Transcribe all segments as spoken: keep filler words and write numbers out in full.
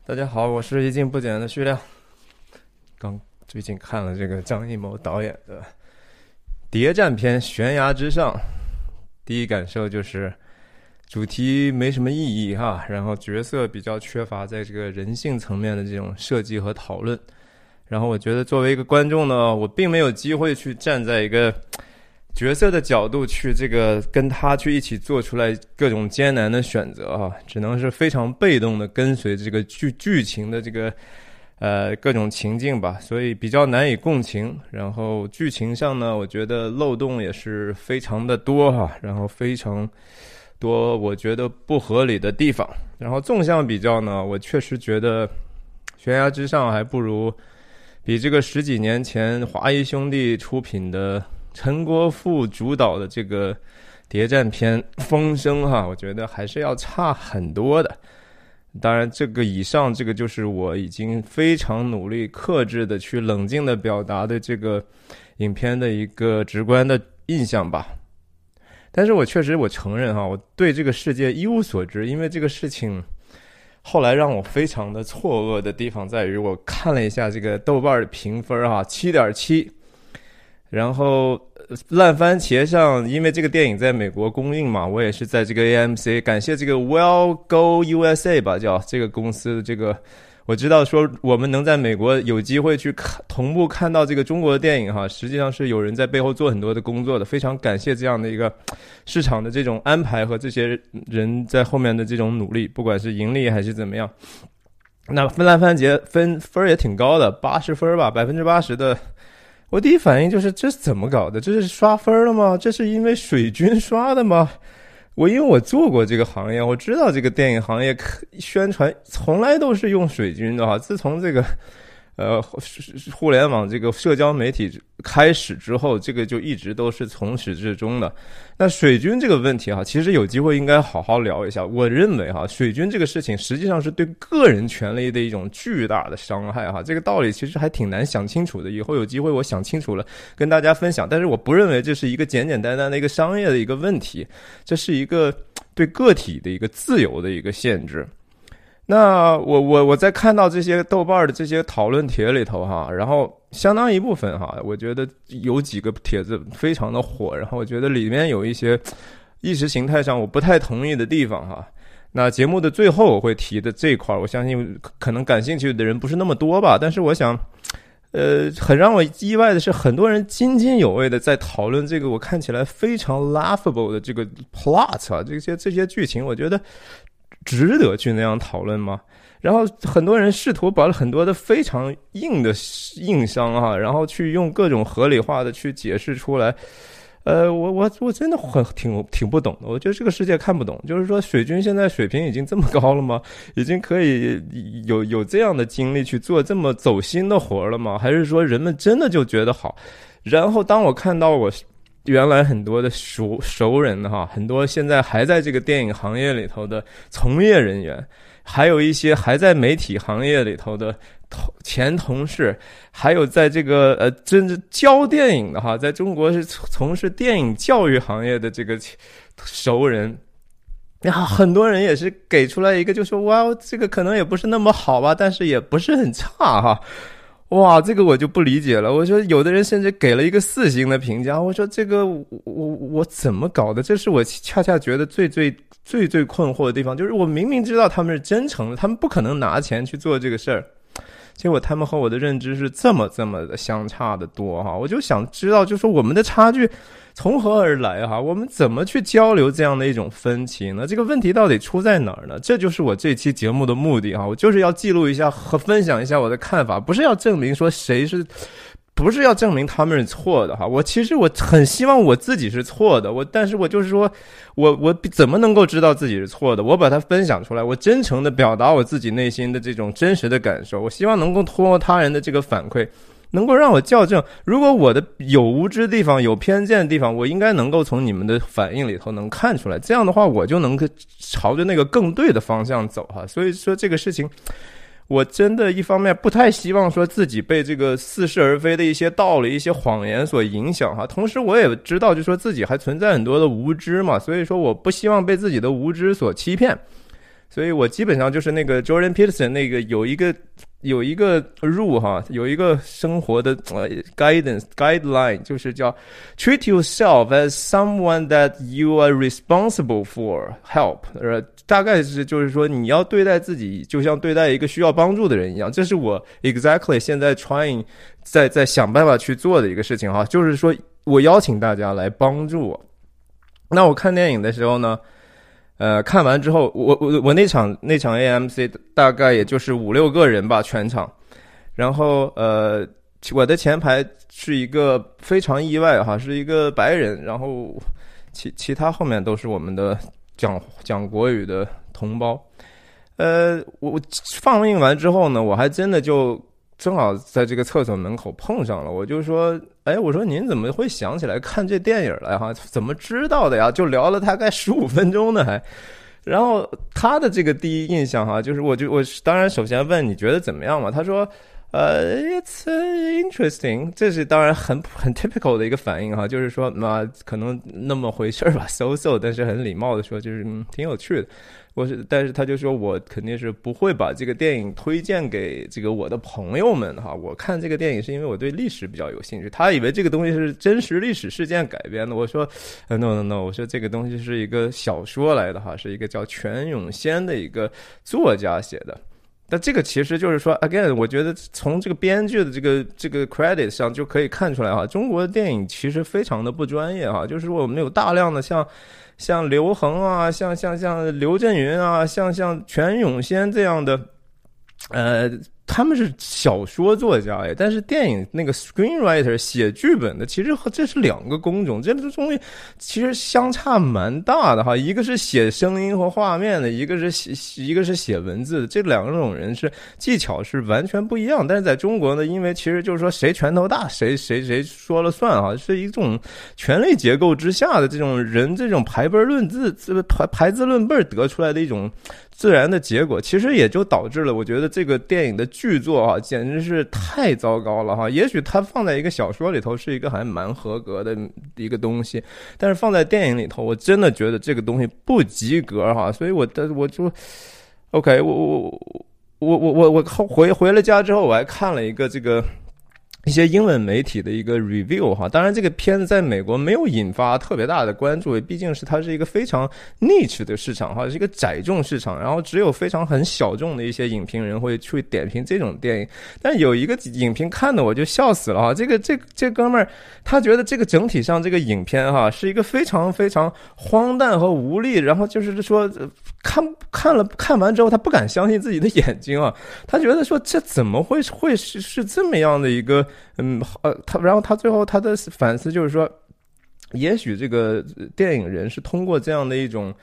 大家好，我是一镜不减的徐亮。刚最近看了这个张艺谋导演的谍战片《悬崖之上》，第一感受就是主题没什么意义哈，然后角色比较缺乏在这个人性层面的这种设计和讨论。然后我觉得作为一个观众呢，我并没有机会去站在一个角色的角度去这个跟他去一起做出来各种艰难的选择啊，只能是非常被动的跟随这个剧剧情的这个呃各种情境吧，所以比较难以共情。然后剧情上呢，我觉得漏洞也是非常的多哈，然后非常多我觉得不合理的地方。然后纵向比较呢，我确实觉得悬崖之上还不如比这个十几年前华谊兄弟出品的陈国富主导的这个谍战片《风声》哈，我觉得还是要差很多的。当然这个以上这个就是我已经非常努力克制的去冷静的表达的这个影片的一个直观的印象吧。但是我确实我承认哈，我对这个世界一无所知，因为这个事情后来让我非常的错愕的地方在于，我看了一下这个豆瓣的评分哈 七点七， 然后烂番茄上因为这个电影在美国公映嘛，我也是在这个 A M C 感谢这个 Well Go U S A 吧，叫这个公司的这个，我知道说我们能在美国有机会去看同步看到这个中国的电影哈，实际上是有人在背后做很多的工作的，非常感谢这样的一个市场的这种安排和这些人在后面的这种努力，不管是盈利还是怎么样。那分烂番茄分分也挺高的，八十分吧，百分之八十的。我第一反应就是这是怎么搞的？这是刷分了吗？这是因为水军刷的吗？我因为我做过这个行业，我知道这个电影行业宣传从来都是用水军的哈。自从这个呃互联网这个社交媒体开始之后，这个就一直都是从始至终的。那水军这个问题哈，其实有机会应该好好聊一下。我认为哈，水军这个事情实际上是对个人权利的一种巨大的伤害哈。这个道理其实还挺难想清楚的，以后有机会我想清楚了跟大家分享。但是我不认为这是一个简简单单的一个商业的一个问题，这是一个对个体的一个自由的一个限制。那我我我在看到这些豆瓣的这些讨论帖里头哈，然后相当一部分哈，我觉得有几个帖子非常的火，然后我觉得里面有一些意识形态上我不太同意的地方哈。那节目的最后我会提的这一块，我相信可能感兴趣的人不是那么多吧，但是我想呃，很让我意外的是，很多人津津有味的在讨论这个我看起来非常 laughable 的这个 plot 啊，这些这些剧情，我觉得值得去那样讨论吗？然后很多人试图把很多的非常硬的硬伤啊，然后去用各种合理化的去解释出来。呃，我我我真的很挺挺不懂的。我觉得这个世界看不懂，就是说水军现在水平已经这么高了吗？已经可以有有这样的精力去做这么走心的活了吗？还是说人们真的就觉得好？然后当我看到我原来很多的熟熟人哈，很多现在还在这个电影行业里头的从业人员，还有一些还在媒体行业里头的前同事，还有在这个呃真正教电影的哈，在中国是从事电影教育行业的这个熟人，然后很多人也是给出来一个就说哇，这个可能也不是那么好吧，但是也不是很差哈。哇，这个我就不理解了。我说有的人甚至给了一个四星的评价，我说这个我我我怎么搞的？这是我恰恰觉得最最最最困惑的地方，就是我明明知道他们是真诚的，他们不可能拿钱去做这个事儿，结果他们和我的认知是这么这么的相差的多哈。我就想知道，就是说我们的差距从何而来哈？我们怎么去交流这样的一种分歧呢？这个问题到底出在哪儿呢？这就是我这期节目的目的哈，我就是要记录一下和分享一下我的看法，不是要证明说谁是，不是要证明他们是错的哈。我其实我很希望我自己是错的，我但是我就是说我我怎么能够知道自己是错的？我把它分享出来，我真诚的表达我自己内心的这种真实的感受，我希望能够通过他人的这个反馈，能够让我校正，如果我的有无知的地方有偏见的地方，我应该能够从你们的反应里头能看出来，这样的话我就能朝着那个更对的方向走哈。所以说这个事情我真的一方面不太希望说自己被这个似是而非的一些道理一些谎言所影响哈，同时我也知道就说自己还存在很多的无知嘛，所以说我不希望被自己的无知所欺骗。 所以我基本上就是那个 Jordan Peterson 那个有一个有一个 rule 哈，有一个生活的呃 guidance guideline， 就是叫 treat yourself as someone that you are responsible for help， 呃，大概是就是说你要对待自己就像对待一个需要帮助的人一样，这是我 exactly 现在 trying 在在想办法去做的一个事情哈，就是说我邀请大家来帮助我。那我看电影的时候呢，呃，看完之后，我我我那场那场 A M C 大概也就是五六个人吧，全场。然后呃，我的前排是一个非常意外哈，是一个白人，然后其其他后面都是我们的讲讲国语的同胞。呃，我我放映完之后呢，我还真的就正好在这个厕所门口碰上了，我就说，哎，我说您怎么会想起来看这电影来哈？怎么知道的呀？就聊了大概十五分钟呢还。然后他的这个第一印象哈，就是我就我当然首先问你觉得怎么样嘛？他说，呃 ，it's interesting， 这是当然很很 typical 的一个反应哈，就是说那可能那么回事吧 ，so so， 但是很礼貌的说就是嗯挺有趣的。我是，但是他就说我肯定是不会把这个电影推荐给这个我的朋友们哈。我看这个电影是因为我对历史比较有兴趣，他以为这个东西是真实历史事件改编的。我说 ，no no no， 我说这个东西是一个小说来的哈，是一个叫全永先的一个作家写的。但这个其实就是说 ，again， 我觉得从这个编剧的这个这个 credit 上就可以看出来哈，中国的电影其实非常的不专业哈，就是说我们有大量的像。像刘恒啊，像像像刘震云啊，像像全永先这样的，呃，他们是小说作家哎，但是电影那个 screenwriter 写剧本的，其实和这是两个工种，这个东西其实相差蛮大的哈。一个是写声音和画面的，一个是写一个是写文字的，这两种人是技巧是完全不一样。但是在中国呢，因为其实就是说谁拳头大，谁谁谁说了算哈，是一种权力结构之下的这种人这种排辈论字、排排字论辈得出来的一种自然的结果，其实也就导致了我觉得这个电影的剧作啊，简直是太糟糕了哈。也许它放在一个小说里头是一个还蛮合格的一个东西，但是放在电影里头，我真的觉得这个东西不及格哈。所以我的我就 OK， 我我我我我我回回了家之后，我还看了一个这个。一些英文媒体的一个 review 哈，当然这个片子在美国没有引发特别大的关注，毕竟是它是一个非常 niche 的市场哈，是一个窄众市场，然后只有非常很小众的一些影评人会去点评这种电影。但有一个影评看的我就笑死了哈，这个这这哥们儿他觉得这个整体上这个影片哈是一个非常非常荒诞和无力，然后就是说看看了看完之后他不敢相信自己的眼睛啊，他觉得说这怎么会会是是这么样的一个。嗯，呃，他然后他最后他的反思就是说，也许这个电影人是通过这样的一种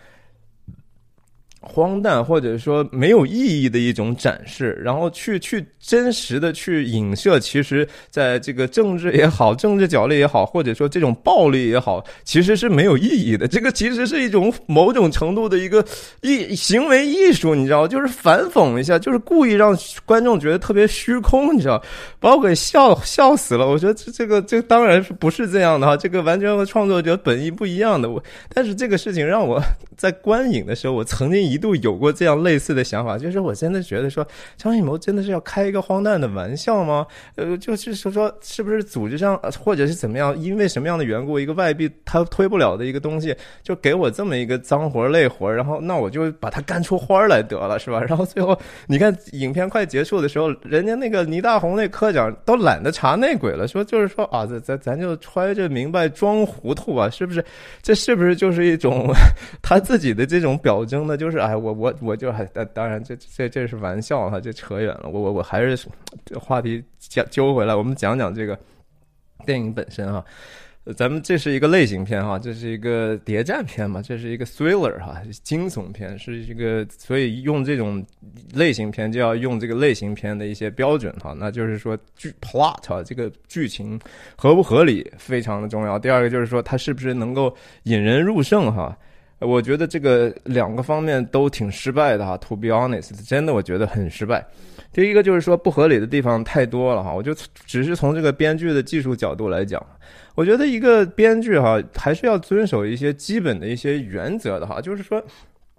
荒诞或者说没有意义的一种展示，然后去去真实的去影射，其实在这个政治也好，政治角力也好，或者说这种暴力也好，其实是没有意义的。这个其实是一种某种程度的一个艺行为艺术，你知道，就是反讽一下，就是故意让观众觉得特别虚空，你知道，把我给笑笑死了。我觉得这这个这个当然是不是这样的哈，这个完全和创作者本意不一样的。我但是这个事情让我在观影的时候，我曾经一度有过这样类似的想法，就是我真的觉得说张艺谋真的是要开一个荒诞的玩笑吗？呃，就是说说是不是组织上或者是怎么样，因为什么样的缘故，一个外币他推不了的一个东西，就给我这么一个脏活累活，然后那我就把它干出花来得了，是吧？然后最后你看影片快结束的时候，人家那个倪大红那科长都懒得查内鬼了，说就是说啊，咱咱就揣着明白装糊涂啊，是不是？这是不是就是一种他自己的这种表征呢？就是哎，我我我就还当然这这这是玩笑哈，这扯远了。我我我还是话题讲揪回来，我们讲讲这个电影本身哈。咱们这是一个类型片哈，这是一个谍战片嘛，这是一个 thriller 哈，惊悚片，是一个，所以用这种类型片就要用这个类型片的一些标准哈，那就是说剧 plot 哈，这个剧情合不合理非常的重要。第二个就是说它是不是能够引人入胜哈。我觉得这个两个方面都挺失败的哈 ，to be honest， 真的我觉得很失败。第一个就是说不合理的地方太多了哈，我就只是从这个编剧的技术角度来讲，我觉得一个编剧哈还是要遵守一些基本的一些原则的哈，就是说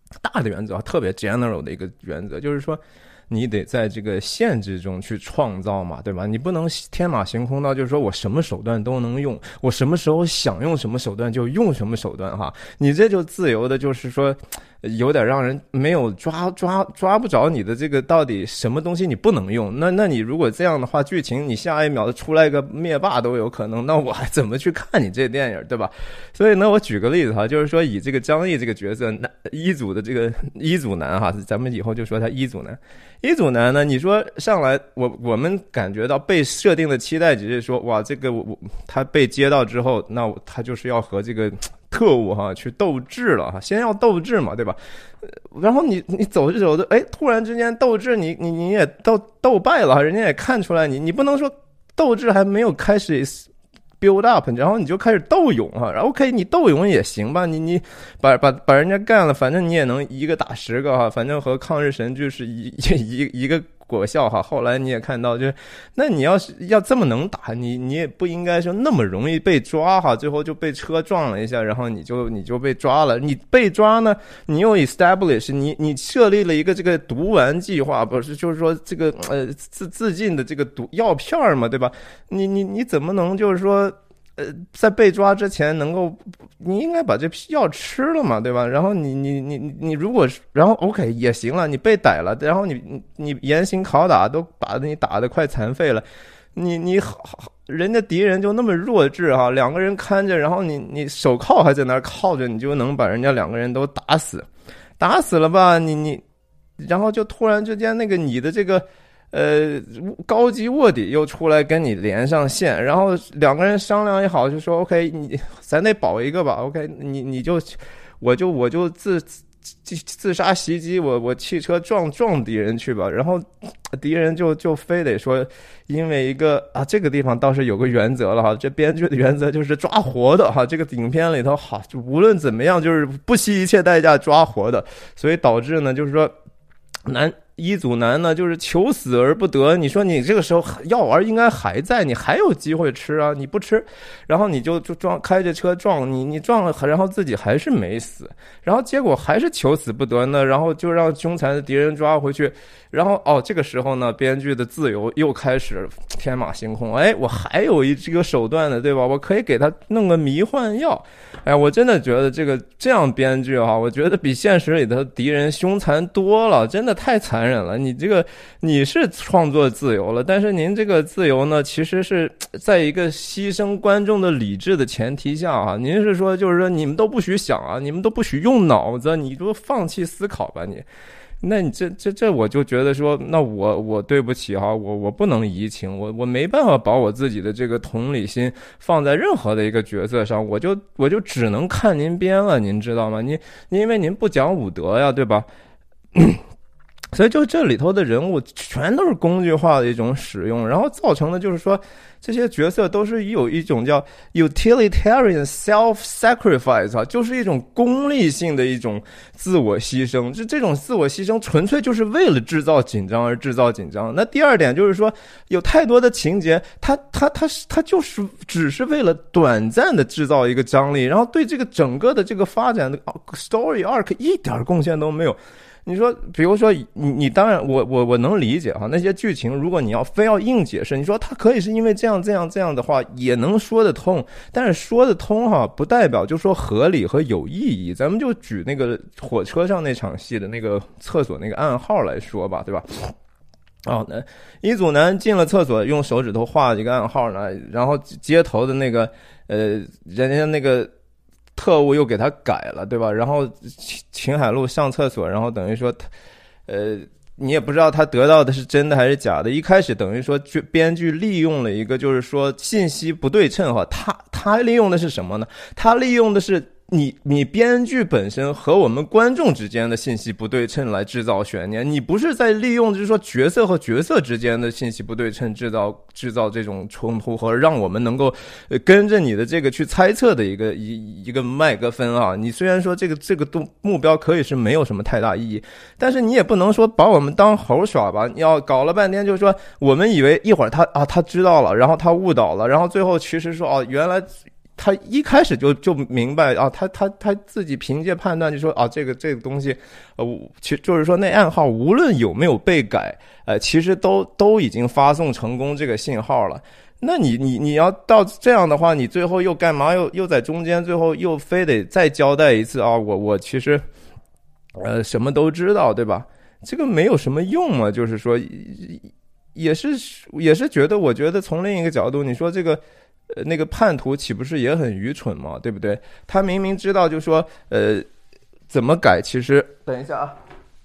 大的原则，特别 general 的一个原则，就是说你得在这个限制中去创造嘛，对吧？你不能天马行空到就是说我什么手段都能用，我什么时候想用什么手段就用什么手段哈。你这就自由的，就是说有点让人没有抓抓抓不着你的这个到底什么东西你不能用。那那你如果这样的话，剧情你下一秒出来个灭霸都有可能，那我还怎么去看你这电影，对吧？所以呢，我举个例子哈，就是说以这个张译这个角色，一组的这个一组男哈，咱们以后就说他一组男。一组男呢，你说上来我我们感觉到被设定的期待值是说，哇，这个我他被接到之后，那他就是要和这个特务哈去斗智了哈，先要斗智嘛，对吧？然后你你走着走着，哎，突然之间斗智你你你也斗斗败了，人家也看出来你你不能说斗智还没有开始build up， 然后你就开始斗勇哈，然后 OK 你斗勇也行吧，你你把把把人家干了，反正你也能一个打十个哈，反正和抗日神剧是一一一个果效哈。后来你也看到，就是那你要是要这么能打，你你也不应该说那么容易被抓哈，最后就被车撞了一下，然后你就你就被抓了。你被抓呢，你又 establish 你你设立了一个这个毒丸计划，不是就是说这个呃自自尽的这个毒药片嘛，对吧？你你你怎么能就是说？呃，在被抓之前能够，你应该把这药吃了嘛，对吧？然后你你你你如果然后 OK 也行了，你被逮了，然后你你你严刑拷打，都把你打得快残废了，你你好，人家敌人就那么弱智哈，两个人看着，然后你你手铐还在那儿铐着，你就能把人家两个人都打死，打死了吧？你你，然后就突然之间那个你的这个。呃，高级卧底又出来跟你连上线，然后两个人商量也好，就说 OK， 你咱得保一个吧 ，OK， 你你就我就我就自自自杀袭击，我我汽车撞撞敌人去吧，然后敌人就就非得说，因为一个啊这个地方倒是有个原则了哈，这编剧的原则就是抓活的哈，这个影片里头好，就无论怎么样就是不惜一切代价抓活的，所以导致呢就是说男。一组男呢，就是求死而不得。你说你这个时候药丸应该还在，你还有机会吃啊，你不吃，然后你就就撞开着车撞你，你撞了，然后自己还是没死，然后结果还是求死不得呢，然后就让凶残的敌人抓回去，然后哦，这个时候呢，编剧的自由又开始天马行空，哎，我还有一这个手段呢，对吧？我可以给他弄个迷幻药，哎，我真的觉得这个这样编剧哈，我觉得比现实里的敌人凶残多了，真的太残忍了。你这个你是创作自由了，但是您这个自由呢，其实是在一个牺牲观众的理智的前提下啊。您是说就是说你们都不许想啊，你们都不许用脑子，你就放弃思考吧你。那你这这这我就觉得说，那我我对不起哈，我我不能移情，我我没办法把我自己的这个同理心放在任何的一个角色上，我就我就只能看您编了，您知道吗？您因为您不讲武德呀，对吧？所以就这里头的人物全都是工具化的一种使用，然后造成的就是说这些角色都是有一种叫 utilitarian self-sacrifice 啊，就是一种功利性的一种自我牺牲，就这种自我牺牲纯粹就是为了制造紧张而制造紧张。那第二点就是说有太多的情节它它它它就是只是为了短暂的制造一个张力，然后对这个整个的这个发展的 story arc 一点贡献都没有。你说，比如说，你你当然，我我我能理解哈，那些剧情，如果你要非要硬解释，你说它可以是因为这样这样这样的话，也能说得通。但是说得通哈，不代表就说合理和有意义。咱们就举那个火车上那场戏的那个厕所那个暗号来说吧，对吧？哦，那一组男进了厕所，用手指头画了一个暗号呢，然后街头的那个呃，人家那个。特务又给他改了，对吧？然后秦海璐上厕所，然后等于说他，呃，你也不知道他得到的是真的还是假的。一开始等于说编剧利用了一个就是说信息不对称哈，他他利用的是什么呢？他利用的是你你编剧本身和我们观众之间的信息不对称来制造悬念，你不是在利用就是说角色和角色之间的信息不对称制造制造这种冲突和让我们能够跟着你的这个去猜测的一个一一个麦克风啊。你虽然说这个这个目标可以是没有什么太大意义，但是你也不能说把我们当猴耍吧。你要搞了半天就是说我们以为一会儿他啊他知道了，然后他误导了，然后最后其实说哦原来他一开始就就明白啊，他他他自己凭借判断就说啊，这个这个东西，呃，其就是说那暗号无论有没有被改，呃，其实都都已经发送成功这个信号了。那你你你要到这样的话，你最后又干嘛？又又在中间，最后又非得再交代一次啊？我我其实，呃，什么都知道，对吧？这个没有什么用嘛，就是说，也是也是觉得，我觉得从另一个角度，你说这个。呃，那个叛徒岂不是也很愚蠢吗？对不对？他明明知道，就说，呃，怎么改？其实，等一下啊，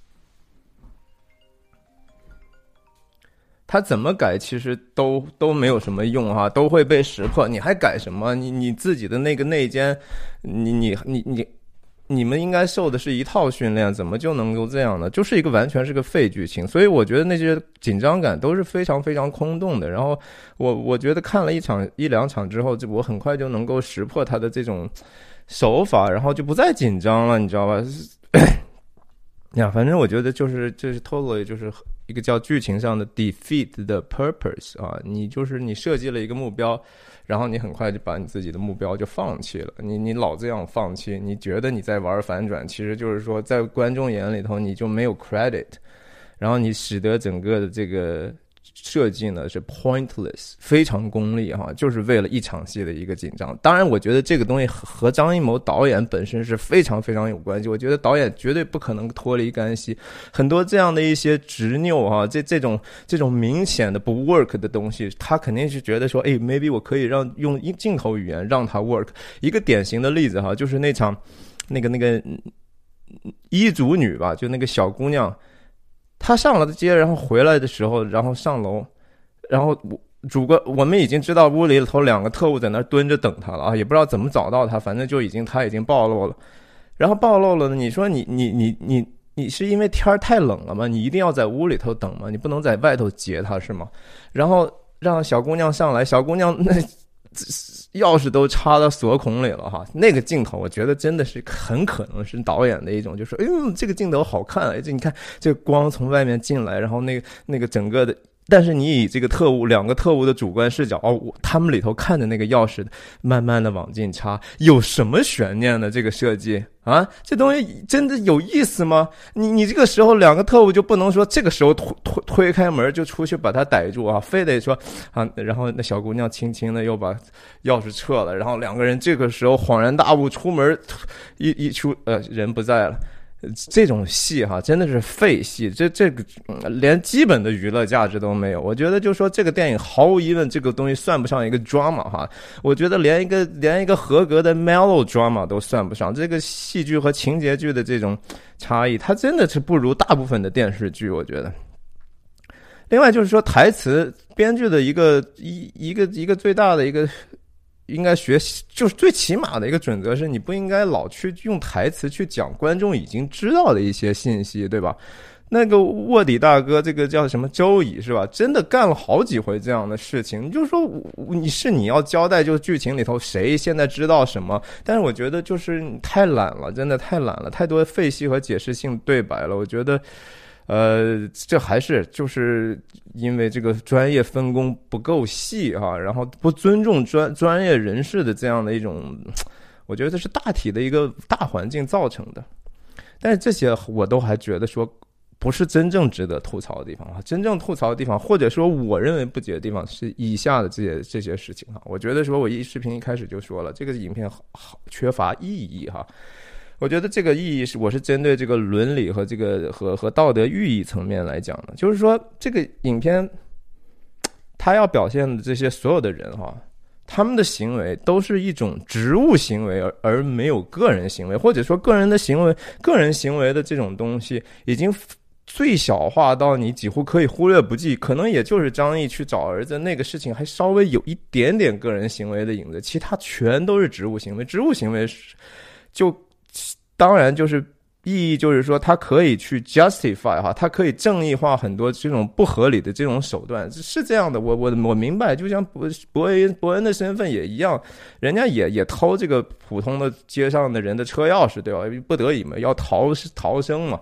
他怎么改，其实都都没有什么用哈，都会被识破。你还改什么？你你自己的那个内奸，你你你你。你们应该受的是一套训练，怎么就能够这样呢？就是一个完全是个废剧情，所以我觉得那些紧张感都是非常非常空洞的。然后我我觉得看了一场一两场之后，就我很快就能够识破他的这种手法，然后就不再紧张了，你知道吧？呀，反正我觉得就是这是 totally 就是一个叫剧情上的 defeat the purpose 啊，你就是你设计了一个目标。然后你很快就把你自己的目标就放弃了，你你老这样放弃，你觉得你在玩反转，其实就是说在观众眼里头你就没有 credit， 然后你使得整个的这个设计呢是 pointless， 非常功利哈，就是为了一场戏的一个紧张。当然我觉得这个东西和张艺谋导演本身是非常非常有关系，我觉得导演绝对不可能脱离干系，很多这样的一些执拗哈，这这种这种明显的不 work 的东西，他肯定是觉得说，哎 maybe 我可以让用镜头语言让它 work。 一个典型的例子哈，就是那场那个那个医族女吧，就那个小姑娘，他上了街，然后回来的时候，然后上楼，然后主观我们已经知道屋里头两个特务在那儿蹲着等他了啊，也不知道怎么找到他，反正就已经他已经暴露了。然后暴露了呢，你说你你你你你是因为天太冷了吗？你一定要在屋里头等吗？你不能在外头截他是吗？然后让小姑娘上来，小姑娘那钥匙都插到锁孔里了哈，那个镜头我觉得真的是很可能是导演的一种，就是哎呦这个镜头好看，哎这你看这个光从外面进来，然后那个那个整个的，但是你以这个特务两个特务的主观视角哦，他们里头看的那个钥匙慢慢的往进插，有什么悬念呢？这个设计啊，这东西真的有意思吗？你你这个时候两个特务就不能说这个时候推推推开门就出去把他逮住啊，非得说啊，然后那小姑娘轻轻的又把钥匙撤了，然后两个人这个时候恍然大悟，出门一一出呃人不在了。这种戏哈真的是废戏，这这个连基本的娱乐价值都没有。我觉得就说这个电影毫无疑问这个东西算不上一个 drama 哈，我觉得连一个连一个合格的 melodrama 都算不上。这个戏剧和情节剧的这种差异，它真的是不如大部分的电视剧，我觉得。另外就是说台词编剧的一个一一个一个最大的一个应该学习，就是最起码的一个准则是，你不应该老去用台词去讲观众已经知道的一些信息，对吧？那个卧底大哥，这个叫什么周乙是吧？真的干了好几回这样的事情。就是说，你是你要交代，就是剧情里头谁现在知道什么？但是我觉得就是你太懒了，真的太懒了，太多废戏和解释性对白了。我觉得。呃，这还是就是因为这个专业分工不够细哈，然后不尊重专专业人士的这样的一种，我觉得这是大体的一个大环境造成的。但是这些我都还觉得说不是真正值得吐槽的地方啊，真正吐槽的地方，或者说我认为不解的地方是以下的这些这些事情哈。我觉得说我一视频一开始就说了，这个影片好好缺乏意义哈。我觉得这个意义是，我是针对这个伦理和这个和和道德寓意层面来讲的，就是说这个影片，它要表现的这些所有的人哈，他们的行为都是一种职务行为，而而没有个人行为，或者说个人的行为，个人行为的这种东西已经最小化到你几乎可以忽略不计，可能也就是张译去找儿子那个事情还稍微有一点点个人行为的影子，其他全都是职务行为，职务行为就。当然就是意义就是说他可以去 justify 哈，他可以正义化很多这种不合理的这种手段，是这样的，我我我明白，就像伯伯恩伯恩的身份也一样，人家也也偷这个普通的街上的人的车钥匙，对吧？不得已嘛，要逃逃生嘛。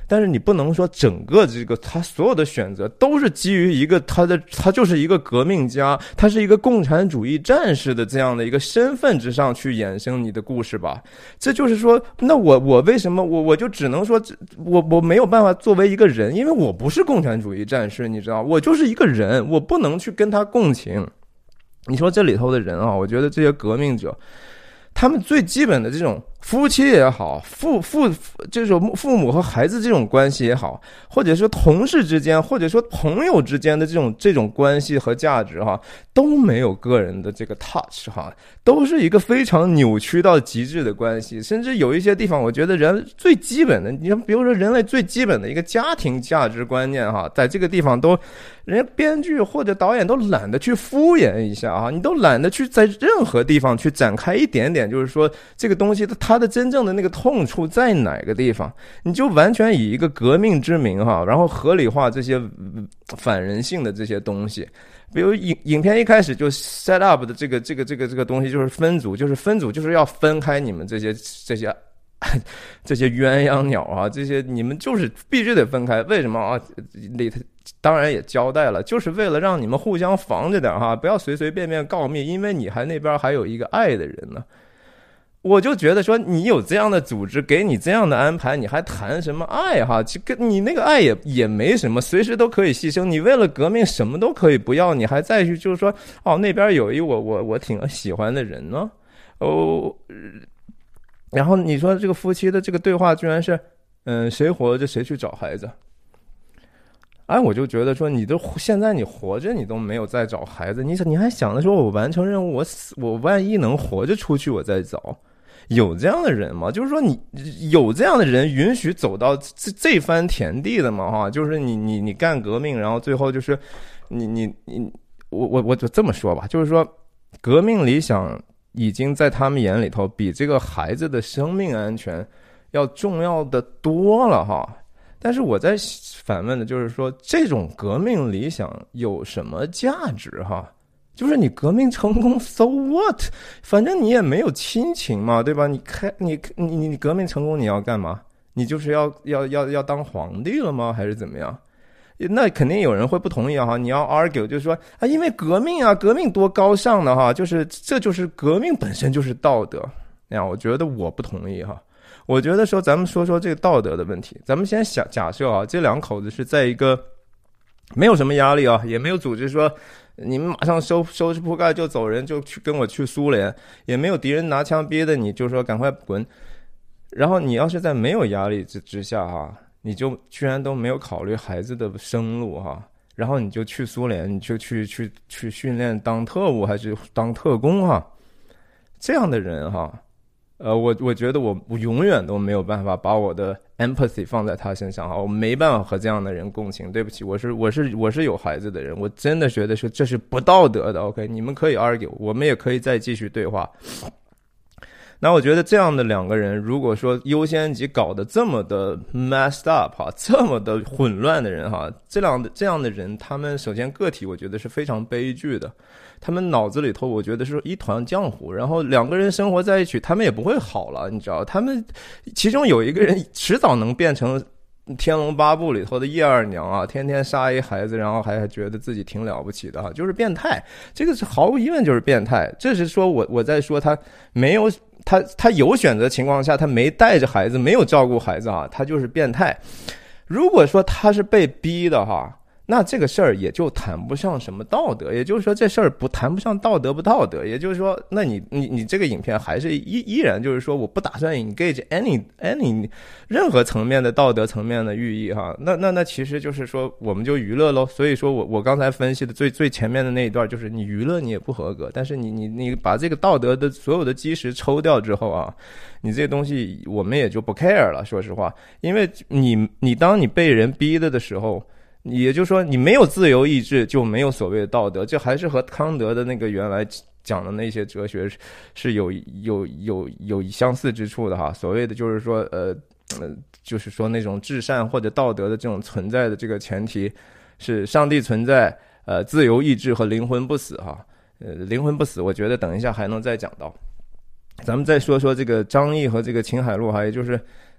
但是你不能说整个这个他所有的选择都是基于一个他的他就是一个革命家，他是一个共产主义战士的这样的一个身份之上去衍生你的故事吧。这就是说，那我我为什么我我就只能说我我没有办法作为一个人，因为我不是共产主义战士，你知道，我就是一个人，我不能去跟他共情。你说这里头的人啊，我觉得这些革命者，他们最基本的这种夫妻也好，父父这种父母和孩子这种关系也好，或者说同事之间，或者说朋友之间的这种这种关系和价值哈，都没有个人的这个 touch 哈，都是一个非常扭曲到极致的关系。甚至有一些地方，我觉得人最基本的，你像比如说人类最基本的一个家庭价值观念哈，在这个地方都，人家编剧或者导演都懒得去敷衍一下啊，你都懒得去在任何地方去展开一点点，就是说这个东西它的真正的那个痛处在哪个地方，你就完全以一个革命之名哈，然后合理化这些反人性的这些东西。比如影影片一开始就 set up 的这个这个这个这个东西就是分组，就是分组就是要分开你们这些这些这些鸳鸯鸟啊，这些你们就是必须得分开。为什么啊？里头当然也交代了，就是为了让你们互相防着点哈，不要随随便便告密，因为你还那边还有一个爱的人呢。我就觉得说，你有这样的组织，给你这样的安排，你还谈什么爱哈？跟你那个爱也也没什么，随时都可以牺牲。你为了革命什么都可以不要，你还再去就是说，哦，那边有一我我我挺喜欢的人呢，哦，然后你说这个夫妻的这个对话居然是，嗯，谁活着谁去找孩子。哎，我就觉得说，你都现在你活着，你都没有再找孩子，你你还想着说我完成任务，我死，我万一能活着出去，我再找。有这样的人吗？就是说你有这样的人允许走到这这番田地的吗？哈，就是你你你干革命，然后最后就是你你你我我我就这么说吧，就是说革命理想已经在他们眼里头比这个孩子的生命安全要重要的多了哈。但是我在反问的就是说，这种革命理想有什么价值哈？就是你革命成功 ，so what？ 反正你也没有亲情嘛，对吧？你开你你你革命成功你要干嘛？你就是要要要要当皇帝了吗？还是怎么样？那肯定有人会不同意哈。你要 argue 就是说啊，因为革命啊，革命多高尚的哈，就是这就是革命本身就是道德。那样，我觉得我不同意哈。我觉得说咱们说说这个道德的问题。咱们先想假设啊，这两口子是在一个没有什么压力啊，也没有组织说。你们马上收收拾铺盖就走人，就去跟我去苏联，也没有敌人拿枪逼的你，就说赶快滚。然后你要是在没有压力之之下哈，你就居然都没有考虑孩子的生路哈，然后你就去苏联，你就去去去训练当特务还是当特工哈，这样的人哈。呃，我我觉得我我永远都没有办法把我的 empathy 放在他身上哈，我没办法和这样的人共情。对不起，我是我是我是有孩子的人，我真的觉得说这是不道德的。OK， 你们可以 argue， 我们也可以再继续对话。那我觉得这样的两个人，如果说优先级搞得这么的 messed up 哈，这么的混乱的人哈，这样的这样的人，他们首先个体我觉得是非常悲剧的。他们脑子里头我觉得是一团浆糊，然后两个人生活在一起他们也不会好了，你知道，他们其中有一个人迟早能变成天龙八部里头的叶二娘啊，天天杀一孩子，然后还觉得自己挺了不起的哈，就是变态。这个是毫无疑问就是变态。这是说我我在说他没有他他有选择情况下他没带着孩子，没有照顾孩子啊，他就是变态。如果说他是被逼的哈，那这个事儿也就谈不上什么道德，也就是说这事儿不谈不上道德不道德，也就是说，那你你你这个影片还是依依然就是说，我不打算 engage any any 任何层面的道德层面的寓意哈，那那那其实就是说我们就娱乐咯。所以说我我刚才分析的最最前面的那一段就是你娱乐你也不合格，但是你你你把这个道德的所有的基石抽掉之后啊，你这个东西我们也就不 care 了，说实话，因为你你当你被人逼的的时候。也就是说，你没有自由意志，就没有所谓的道德。这还是和康德的那个原来讲的那些哲学是有有有有相似之处的哈。所谓的就是说，呃呃，就是说那种至善或者道德的这种存在的这个前提是上帝存在，呃，自由意志和灵魂不死哈。呃，灵魂不死，我觉得等一下还能再讲到。咱们再说说这个张译和这个秦海璐哈，也就是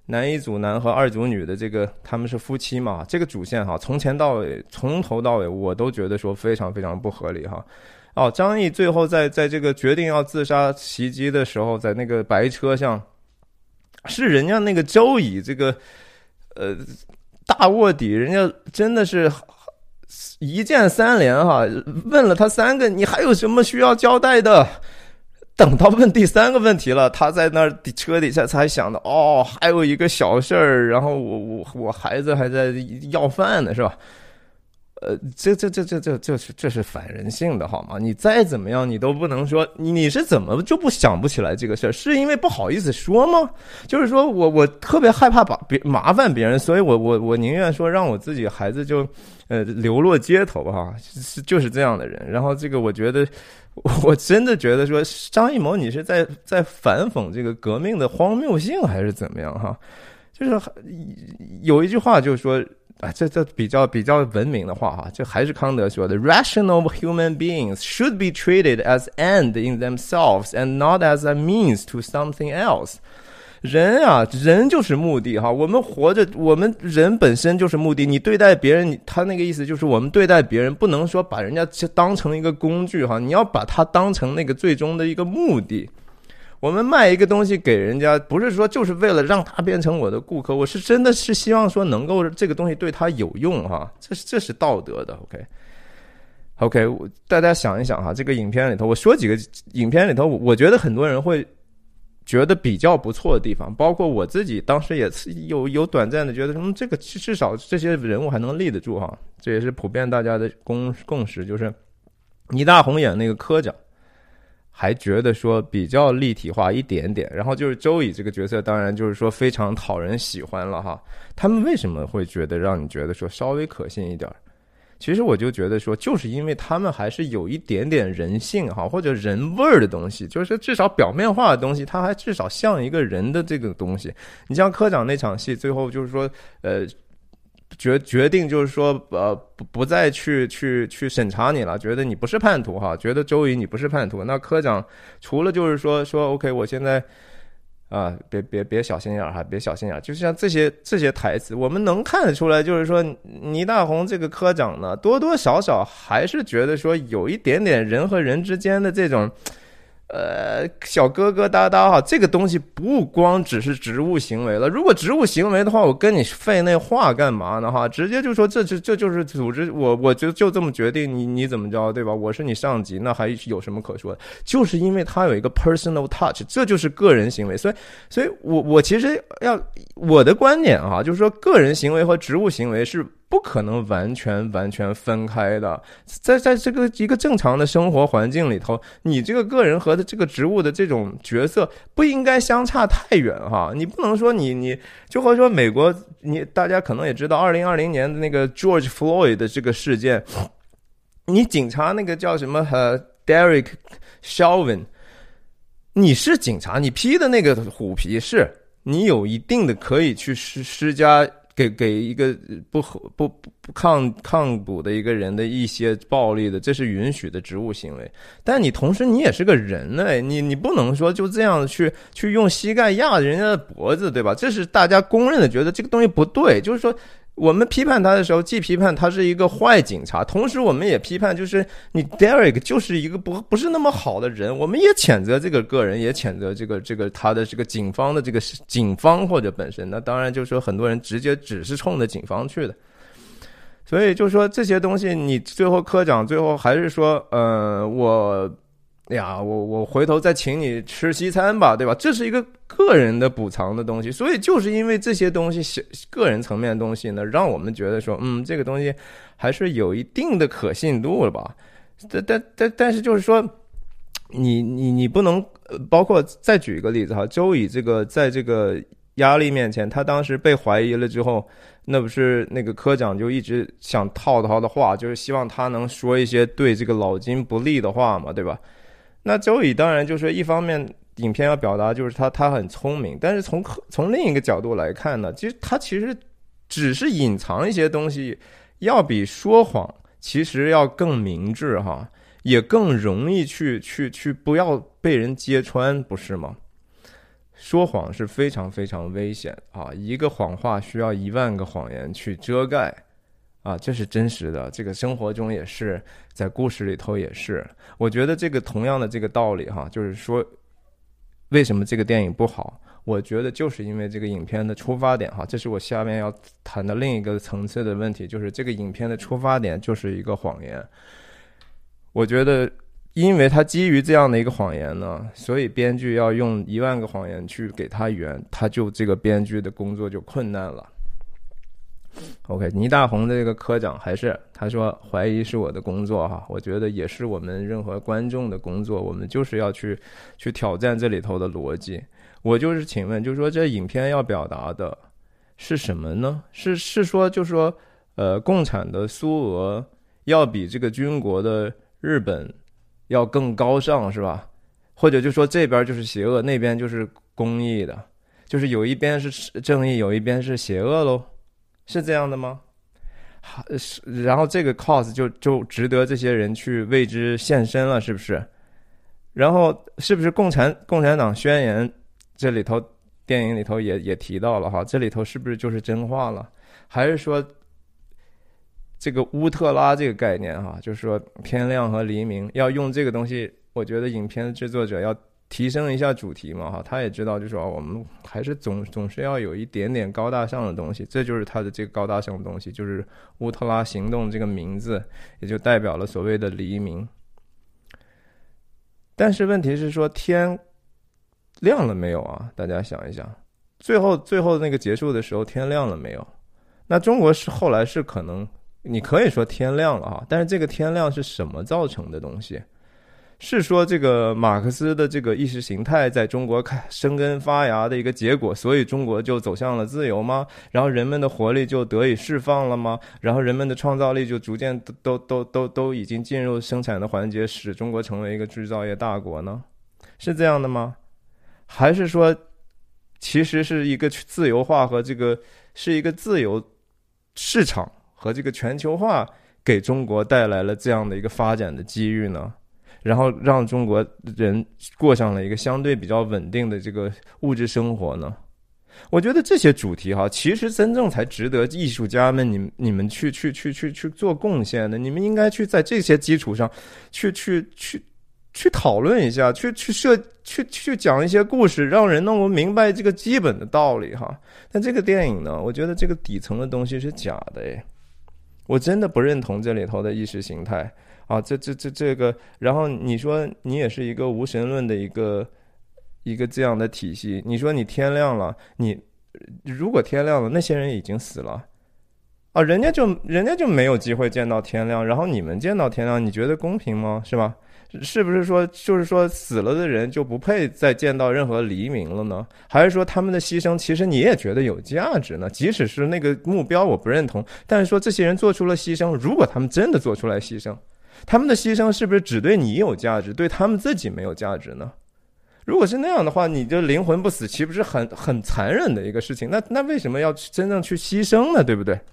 男一组男和二组女的这个他们是夫妻嘛，这个主线哈，从前到尾从头到尾我都觉得说非常非常不合理哈。哦，张译最后在在这个决定要自杀袭击的时候，在那个白车上，是人家那个周乙这个呃大卧底，人家真的是一键三连哈，问了他三个，你还有什么需要交代的？等到问第三个问题了，他在那儿车底下才想到，哦，还有一个小事儿，然后我我我孩子还在要饭呢，是吧？呃，这这这这这这是这是反人性的好吗？你再怎么样，你都不能说你你是怎么就不想不起来这个事儿？是因为不好意思说吗？就是说我我特别害怕把别麻烦别人，所以我我我宁愿说让我自己孩子就呃流落街头哈，是就是这样的人。然后这个我觉得。我真的觉得说张艺谋你是在在反讽这个革命的荒谬性还是怎么样哈？就是有一句话就是说啊，这这比较比较文明的话哈，这还是康德说的 ，Rational human beings should be treated as end in themselves and not as a means to something else。人啊，人就是目的哈。我们活着，我们人本身就是目的。你对待别人，他那个意思就是我们对待别人，不能说把人家当成一个工具哈，你要把它当成那个最终的一个目的。我们卖一个东西给人家，不是说就是为了让他变成我的顾客，我是真的是希望说能够这个东西对他有用哈，这是这是道德的。OK。OK， 大家想一想哈，这个影片里头，我说几个影片里头，我觉得很多人会。觉得比较不错的地方，包括我自己当时也有有短暂的觉得，嗯，这个至少这些人物还能立得住哈，这也是普遍大家的共共识，就是倪大红演那个科长，还觉得说比较立体化一点点，然后就是周乙这个角色，当然就是说非常讨人喜欢了哈。他们为什么会觉得让你觉得说稍微可信一点？其实我就觉得说，就是因为他们还是有一点点人性哈，或者人味儿的东西，就是至少表面化的东西，它还至少像一个人的这个东西。你像科长那场戏，最后就是说，呃，决决定就是说，呃，不不再去去去审查你了，觉得你不是叛徒哈，觉得周乙你不是叛徒。那科长除了就是说说 OK， 我现在。啊，别别别小心眼儿哈，别小心眼儿，就像这些这些台词，我们能看得出来，就是说倪大红这个科长呢，多多少少还是觉得说有一点点人和人之间的这种。呃，小疙疙瘩瘩哈，这个东西不光只是职务行为了。如果职务行为的话，我跟你费那话干嘛呢？哈，直接就说这这这就是组织，我我就就这么决定，你你怎么着，对吧？我是你上级，那还有什么可说的？就是因为他有一个 personal touch， 这就是个人行为。所以，所以我我其实要我的观点哈，就是说个人行为和职务行为是。不可能完全完全分开的，在在这个一个正常的生活环境里头，你这个个人和这个职务的这种角色不应该相差太远哈。你不能说你你就会说美国，你大家可能也知道，二零二零年的那个 George Floyd 的这个事件，你警察那个叫什么呃 Derek Chauvin， 你是警察，你披的那个虎皮是你有一定的可以去施施加。给给一个不不不抗抗捕的一个人的一些暴力的，这是允许的职务行为。但你同时你也是个人呢，你你不能说就这样去去用膝盖压人家的脖子，对吧？这是大家公认的，觉得这个东西不对。就是说，我们批判他的时候，既批判他是一个坏警察，同时我们也批判，就是你 Derek 就是一个不不是那么好的人，我们也谴责这个个人，也谴责这个这个他的这个警方的这个警方或者本身。那当然就是说，很多人直接只是冲着警方去的。所以就是说这些东西，你最后科长最后还是说，呃，我。呀，我我回头再请你吃西餐吧，对吧？这是一个个人的补偿的东西，所以就是因为这些东西，个人层面的东西呢，让我们觉得说，嗯，这个东西还是有一定的可信度了吧？但但但但是就是说，你你你不能，包括再举一个例子哈，周乙这个在这个压力面前，他当时被怀疑了之后，那不是那个科长就一直想套他的话，就是希望他能说一些对这个老金不利的话嘛，对吧？那周乙当然就是一方面，影片要表达就是他他很聪明，但是从从另一个角度来看呢，其实他其实只是隐藏一些东西，要比说谎其实要更明智哈，也更容易去去去不要被人揭穿，不是吗？ 说谎是非常非常危险啊！一个谎话需要一万个谎言去遮盖啊，这是真实的。这个生活中也是，在故事里头也是。我觉得这个同样的这个道理哈，就是说，为什么这个电影不好？我觉得就是因为这个影片的出发点哈，这是我下面要谈的另一个层次的问题，就是这个影片的出发点就是一个谎言。我觉得。因为他基于这样的一个谎言呢，所以编剧要用一万个谎言去给他圆，他就这个编剧的工作就困难了。OK， 倪大红的这个科长还是他说怀疑是我的工作哈，我觉得也是我们任何观众的工作，我们就是要去去挑战这里头的逻辑。我就是请问，就是说这影片要表达的是什么呢？是是说就是说呃，共产的苏俄要比这个军国的日本要更高尚是吧？或者就说这边就是邪恶，那边就是公义的，就是有一边是正义，有一边是邪恶咯，是这样的吗？然后这个 cause 就就值得这些人去为之献身了，是不是？然后是不是共产共产党宣言这里头电影里头也也提到了哈，这里头是不是就是真话了？还是说？这个乌特拉这个概念哈，就是说天亮和黎明要用这个东西，我觉得影片制作者要提升一下主题嘛哈，他也知道就是说我们还是总总是要有一点点高大上的东西，这就是他的这个高大上的东西，就是乌特拉行动这个名字也就代表了所谓的黎明。但是问题是说天亮了没有啊？大家想一想，最后最后那个结束的时候天亮了没有？那中国是后来是可能你可以说天亮了哈，但是这个天亮是什么造成的东西？是说这个马克思的这个意识形态在中国开生根发芽的一个结果，所以中国就走向了自由吗？然后人们的活力就得以释放了吗？然后人们的创造力就逐渐都都都都已经进入生产的环节，使中国成为一个制造业大国呢？是这样的吗？还是说其实是一个自由化和这个是一个自由市场和这个全球化给中国带来了这样的一个发展的机遇呢？然后让中国人过上了一个相对比较稳定的这个物质生活呢？我觉得这些主题哈，其实真正才值得艺术家们你你们去去去去去做贡献的。你们应该去在这些基础上去去去去讨论一下，去去设去去讲一些故事，让人能够明白这个基本的道理哈。但这个电影呢，我觉得这个底层的东西是假的诶，我真的不认同这里头的意识形态啊，这这这这个，然后你说你也是一个无神论的一个一个这样的体系，你说你天亮了，你如果天亮了，那些人已经死了啊，人家就人家就没有机会见到天亮，然后你们见到天亮，你觉得公平吗？是吧？是不是说就是说死了的人就不配再见到任何黎明了呢？还是说他们的牺牲其实你也觉得有价值呢？即使是那个目标我不认同，但是说这些人做出了牺牲，如果他们真的做出来牺牲，他们的牺牲是不是只对你有价值，对他们自己没有价值呢？如果是那样的话，你的灵魂不死岂不是很很残忍的一个事情？那那为什么要真正去牺牲呢？对不对？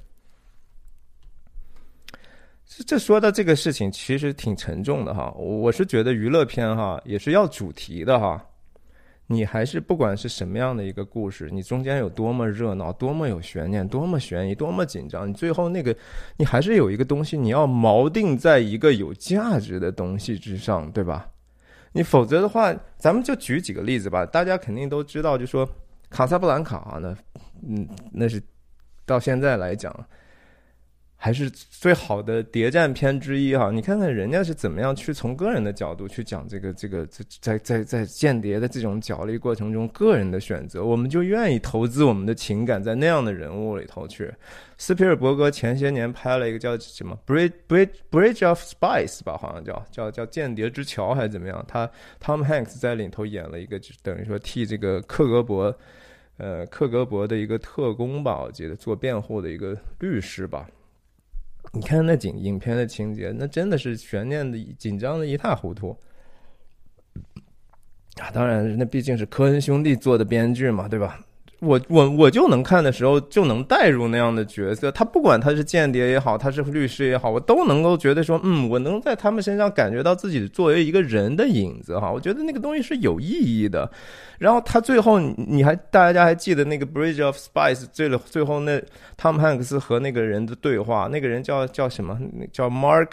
这说到这个事情其实挺沉重的哈，我是觉得娱乐片哈也是要主题的哈，你还是不管是什么样的一个故事，你中间有多么热闹，多么有悬念，多么悬疑，多么紧张，你最后那个你还是有一个东西你要锚定在一个有价值的东西之上，对吧？你否则的话，咱们就举几个例子吧，大家肯定都知道，就说卡萨布兰卡啊，那嗯那是到现在来讲还是最好的谍战片之一哈，你看看人家是怎么样去从个人的角度去讲这个这个在在在间谍的这种角力过程中个人的选择，我们就愿意投资我们的情感在那样的人物里头去。斯皮尔伯格前些年拍了一个叫什么 Bridge Bridge Bridge of Spies 吧，好像叫叫叫间谍之桥还是怎么样，他 Tom Hanks 在里头演了一个等于说替这个克格勃呃克格勃的一个特工吧，我记得做辩护的一个律师吧。你看那影影片的情节，那真的是悬念的紧张的一塌糊涂啊！当然，那毕竟是科恩兄弟做的编剧嘛，对吧？ 我我我就能看的时候就能带入那样的角色，他不管他是间谍也好，他是律师也好，我都能够觉得说，嗯，我能在他们身上感觉到自己作为一个人的影子哈，我觉得那个东西是有意义的。然后他最后你还大家还记得那个 Bridge of Spies 最了最后那汤姆汉克斯和那个人的对话，那个人叫叫什么？叫 Mark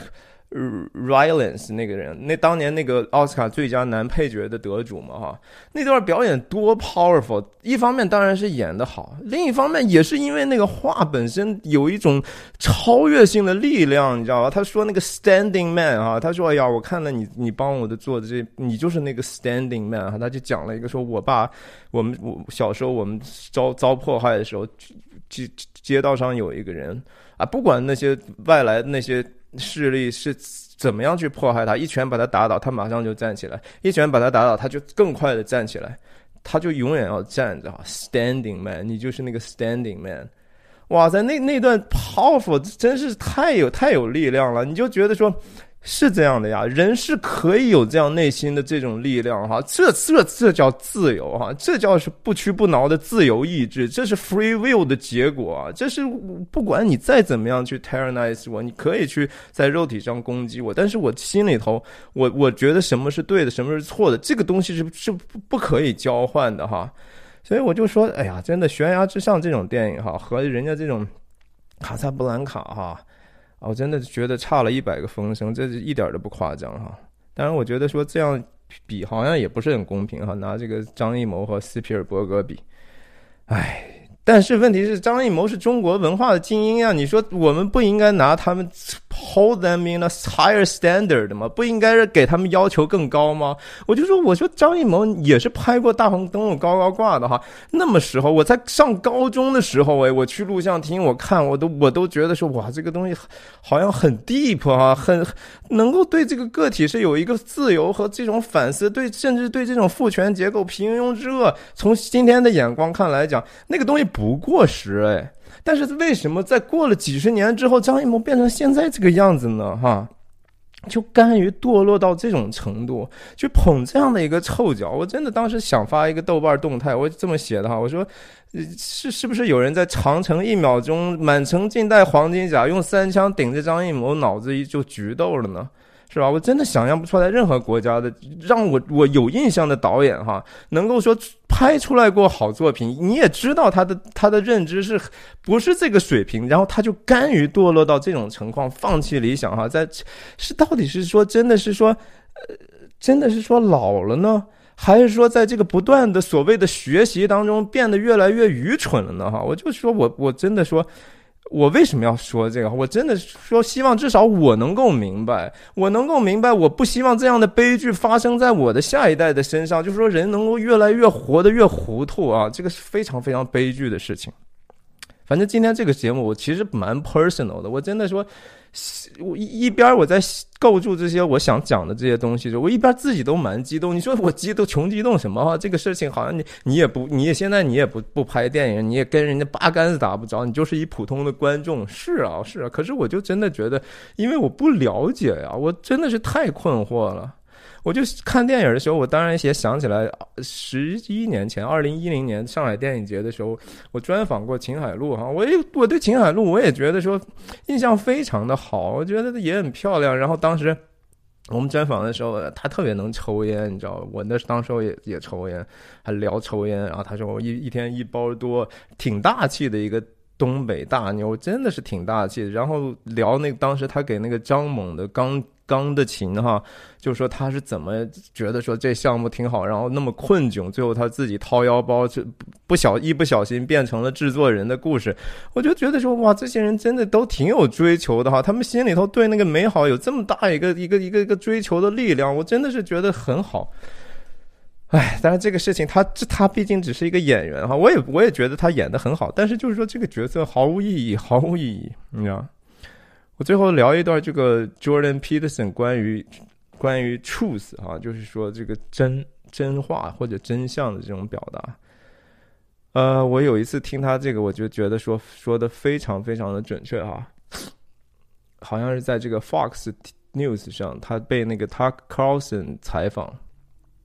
Rylance 那个人，那当年那个奥斯卡最佳男配角的得主嘛哈，那段表演多 powerful， 一方面当然是演得好，另一方面也是因为那个话本身有一种超越性的力量，你知道吧？他说那个 standing man 啊，他说哎呀，我看了你你帮我的做的这，你就是那个 standing man 啊，他就讲了一个说我爸我们我小时候我们遭遭迫害的时候，街街道上有一个人啊，不管那些外来的那些势力是怎么样去迫害他，一拳把他打倒，他马上就站起来；一拳把他打倒，他就更快的站起来，他就永远要站着。Standing man， 你就是那个 standing man。哇塞，那那段 powerful 真是太有太有力量了，你就觉得说。是这样的呀，人是可以有这样内心的这种力量哈，这这这叫自由哈，这叫是不屈不挠的自由意志，这是 free will 的结果啊，这是不管你再怎么样去 tyrannize 我，你可以去在肉体上攻击我，但是我心里头，我我觉得什么是对的，什么是错的，这个东西是是不可以交换的哈，所以我就说，哎呀，真的悬崖之上这种电影哈，和人家这种卡萨布兰卡哈。我真的觉得差了一百个风声，这一点都不夸张哈。当然，我觉得说这样比好像也不是很公平哈，拿这个张艺谋和斯皮尔伯格比，唉。但是问题是，张艺谋是中国文化的精英啊！你说我们不应该拿他们 hold them in a higher standard 吗？不应该给他们要求更高吗？我就说，我说张艺谋也是拍过大红灯笼高高挂的哈。那么时候我在上高中的时候，哎，我去录像厅，我看我都我都觉得说，哇，这个东西好像很 deep 啊，很能够对这个个体是有一个自由和这种反思，对，甚至对这种父权结构平庸之恶，从今天的眼光看来讲，那个东西。不过时哎，但是为什么在过了几十年之后，张艺谋变成现在这个样子呢？哈，就甘于堕落到这种程度，去捧这样的一个臭脚。我真的当时想发一个豆瓣动态，我这么写的哈，我说是是不是有人在长城一秒钟满城尽带黄金甲，用三枪顶着张艺谋脑子一就菊豆了呢？是吧？我真的想象不出来任何国家的让我我有印象的导演哈，能够说拍出来过好作品。你也知道他的他的认知是不是这个水平，然后他就甘于堕落到这种情况，放弃理想哈。在是到底是说真的是说，呃，真的是说老了呢，还是说在这个不断的所谓的学习当中变得越来越愚蠢了呢？哈，我就说我我真的说。我为什么要说这个？我真的说希望至少我能够明白，我能够明白，我不希望这样的悲剧发生在我的下一代的身上，就是说人能够越来越活得越糊涂啊，这个是非常非常悲剧的事情。反正今天这个节目我其实蛮 personal 的，我真的说我一边我在构筑这些我想讲的这些东西，我一边自己都蛮激动。你说我激动穷激动什么啊？这个事情好像你你也不你也现在你也不不拍电影，你也跟人家八竿子打不着，你就是一普通的观众。是啊是啊，可是我就真的觉得，因为我不了解呀，我真的是太困惑了。我就看电影的时候，我当然也想起来十一年前二零一零年上海电影节的时候，我专访过秦海璐哈，我也我对秦海璐我也觉得说印象非常的好，我觉得也很漂亮。然后当时我们专访的时候，他特别能抽烟，你知道，我那当时候也也抽烟，还聊抽烟。然后他说我一一天一包多，挺大气的一个东北大妞，真的是挺大气的。然后聊那个当时他给那个张猛的钢钢的琴哈，就说他是怎么觉得说这项目挺好，然后那么困窘，最后他自己掏腰包，就不小一不小心变成了制作人的故事。我就觉得说哇，这些人真的都挺有追求的哈，他们心里头对那个美好有这么大一个一个一个一个追求的力量，我真的是觉得很好。哎，当然这个事情他他毕竟只是一个演员哈，我也我也觉得他演得很好，但是就是说这个角色毫无意义，毫无意义，你知道。我最后聊一段这个 Jordan Peterson 关于关于 truth 啊，就是说这个真真话或者真相的这种表达。呃，我有一次听他这个，我就觉得说说的非常非常的准确哈，好像是在这个 Fox News 上，他被那个 Tucker Carlson 采访。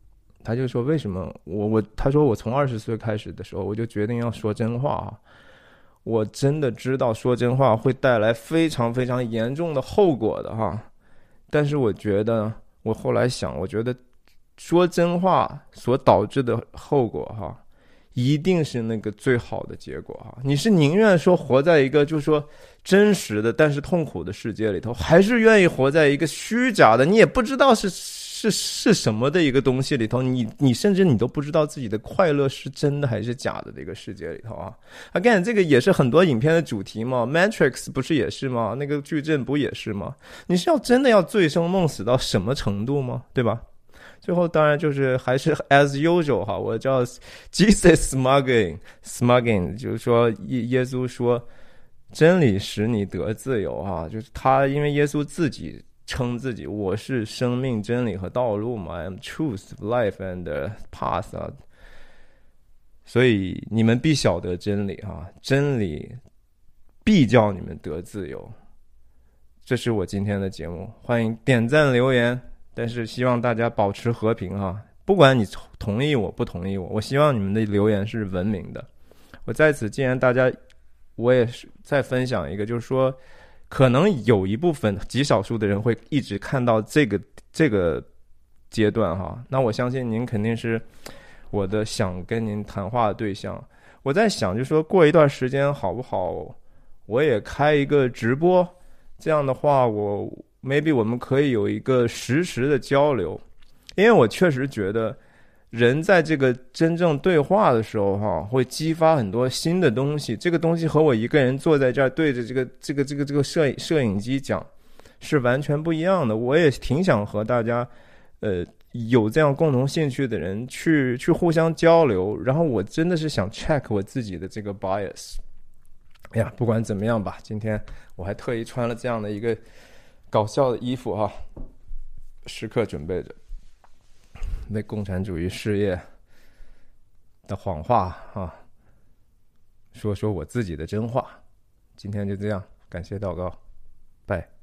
他就说为什么我我他说我从二十岁开始的时候我就决定要说真话啊，我真的知道说真话会带来非常非常严重的后果的哈，但是我觉得我后来想，我觉得说真话所导致的后果哈，一定是那个最好的结果哈。你是宁愿说活在一个就是说真实的但是痛苦的世界里头，还是愿意活在一个虚假的你也不知道是是是什么的一个东西里头，你你甚至你都不知道自己的快乐是真的还是假的这个世界里头啊。Again， 这个也是很多影片的主题嘛 ，Matrix 不是也是吗？那个矩阵不也是吗？你是要真的要醉生梦死到什么程度吗？对吧？最后当然就是还是 as usual 哈，我叫 Jesus smuggling smuggling， 就是说耶耶稣说真理使你得自由哈，就是他因为耶稣自己称自己我是生命真理和道路嘛 I am truth life and path 啊，所以你们必晓得真理啊，真理必叫你们得自由。这是我今天的节目，欢迎点赞留言，但是希望大家保持和平哈，不管你同意我不同意我，我希望你们的留言是文明的。我在此既然大家我也是再分享一个，就是说可能有一部分极少数的人会一直看到这个这个阶段哈，那我相信您肯定是我的想跟您谈话的对象。我在想就是说过一段时间好不好我也开一个直播，这样的话我 maybe 我们可以有一个实时的交流，因为我确实觉得人在这个真正对话的时候哈，会激发很多新的东西，这个东西和我一个人坐在这儿对着这个这个这个这个摄摄影机讲是完全不一样的。我也挺想和大家呃有这样共同兴趣的人去去互相交流，然后我真的是想 check 我自己的这个 bias。 哎呀，不管怎么样吧，今天我还特意穿了这样的一个搞笑的衣服哈，时刻准备着为共产主义事业的谎话啊，说说我自己的真话。今天就这样，感谢祷告，拜。